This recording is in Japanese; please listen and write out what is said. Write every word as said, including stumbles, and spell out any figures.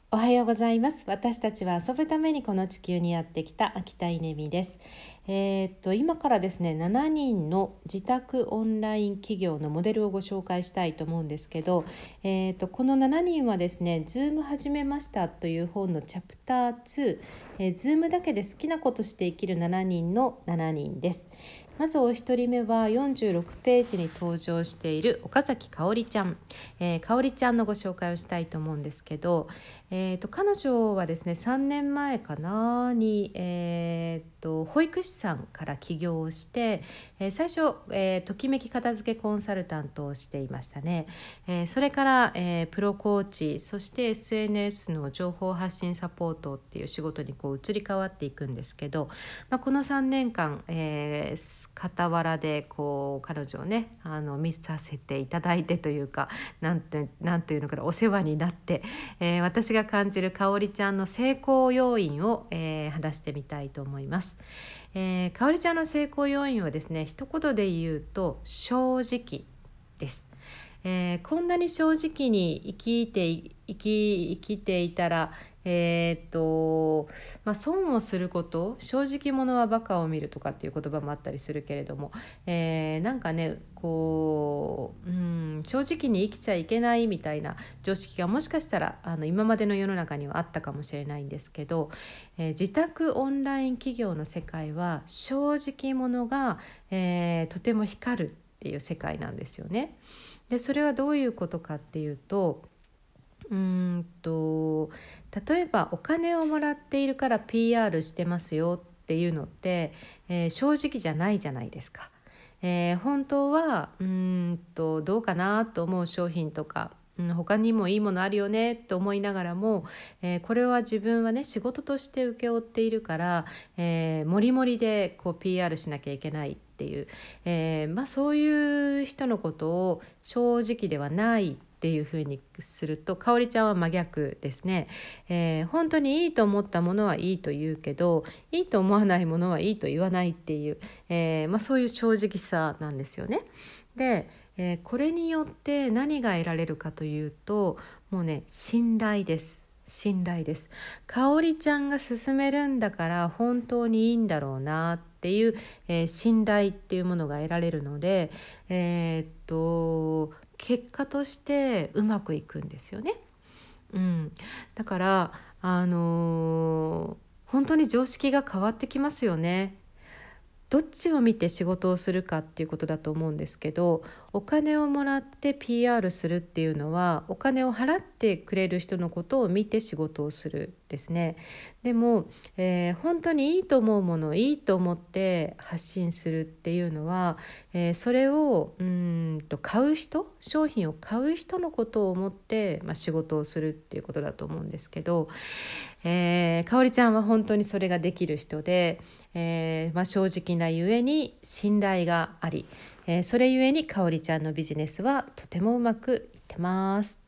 おはようございます。私たちは遊ぶためにこの地球にやってきた秋田稲美です。えーっと今からですね、しちにんの自宅オンライン企業のモデルをご紹介したいと思うんですけど、えーっとこのしちにんはですね、Zoom 始めましたという本のチャプターツー、えー、Zoom だけで好きなことして生きるしちにんのしちにんです。まずお一人目はよんじゅうろくページに登場している岡崎香織ちゃん、えー、香織ちゃんのご紹介をしたいと思うんですけど、えー、と彼女はですねさんねんまえかなに、えー、と保育士さんから起業をして、えー、最初、えー、ときめき片付けコンサルタントをしていましたね。えー、それから、えー、プロコーチ、そして エスエヌエス の情報発信サポートっていう仕事にこう移り変わっていくんですけど、まあ、このさんねんかん、えー、傍らでこう彼女をねあの見させていただいてというか、なんてなんていうのかな、お世話になって、えー、私が感じる香織ちゃんの成功要因を、えー、話してみたいと思います。えー、香織ちゃんの成功要因はですね、一言で言うと正直です。えー、こんなに正直に生きて生き生きていたら、えーっとまあ、損をすること、正直者はバカを見るとかっていう言葉もあったりするけれども、えー、なんかねこう、うん、正直に生きちゃいけないみたいな常識がもしかしたらあの今までの世の中にはあったかもしれないんですけど、えー、自宅オンライン企業の世界は正直者が、えー、とても光るっていう世界なんですよね。でそれはどういうことかっていうと、うーんと例えばお金をもらっているから ピーアール してますよっていうのって、えー正直じゃないじゃないですか。えー本当はうーんとどうかなと思う商品とか、うん、他にもいいものあるよねと思いながらも、えーこれは自分はね仕事として請け負っているから、えー、もりもりでこう ピーアール しなきゃいけないっていう、えーまあ、そういう人のことを正直ではないっていうふうにすると、香織ちゃんは真逆ですね。えー本当にいいと思ったものはいいと言うけど、いいと思わないものはいいと言わないっていう、えーまあ、そういう正直さなんですよね。で、えーこれによって何が得られるかというと、もうね信頼です。信頼です。香織ちゃんが勧めるんだから本当にいいんだろうなっていう、えー信頼っていうものが得られるので、えーっと結果としてうまくいくんですよね。うん、だからあのー本当に常識が変わってきますよね。どっちを見て仕事をするかっていうことだと思うんですけど、お金をもらって ピーアール するっていうのはお金を払ってくれる人のことを見て仕事をするですね。でも、えー本当にいいと思うものをいいと思って発信するっていうのは、えーそれをうーんと買う人、商品を買う人のことを思って、まあ、仕事をするっていうことだと思うんですけど、えー、かおりちゃんは本当にそれができる人で、えーまあ、正直なゆえに信頼があり、えーそれゆえにかおりちゃんのビジネスはとてもうまくいってます。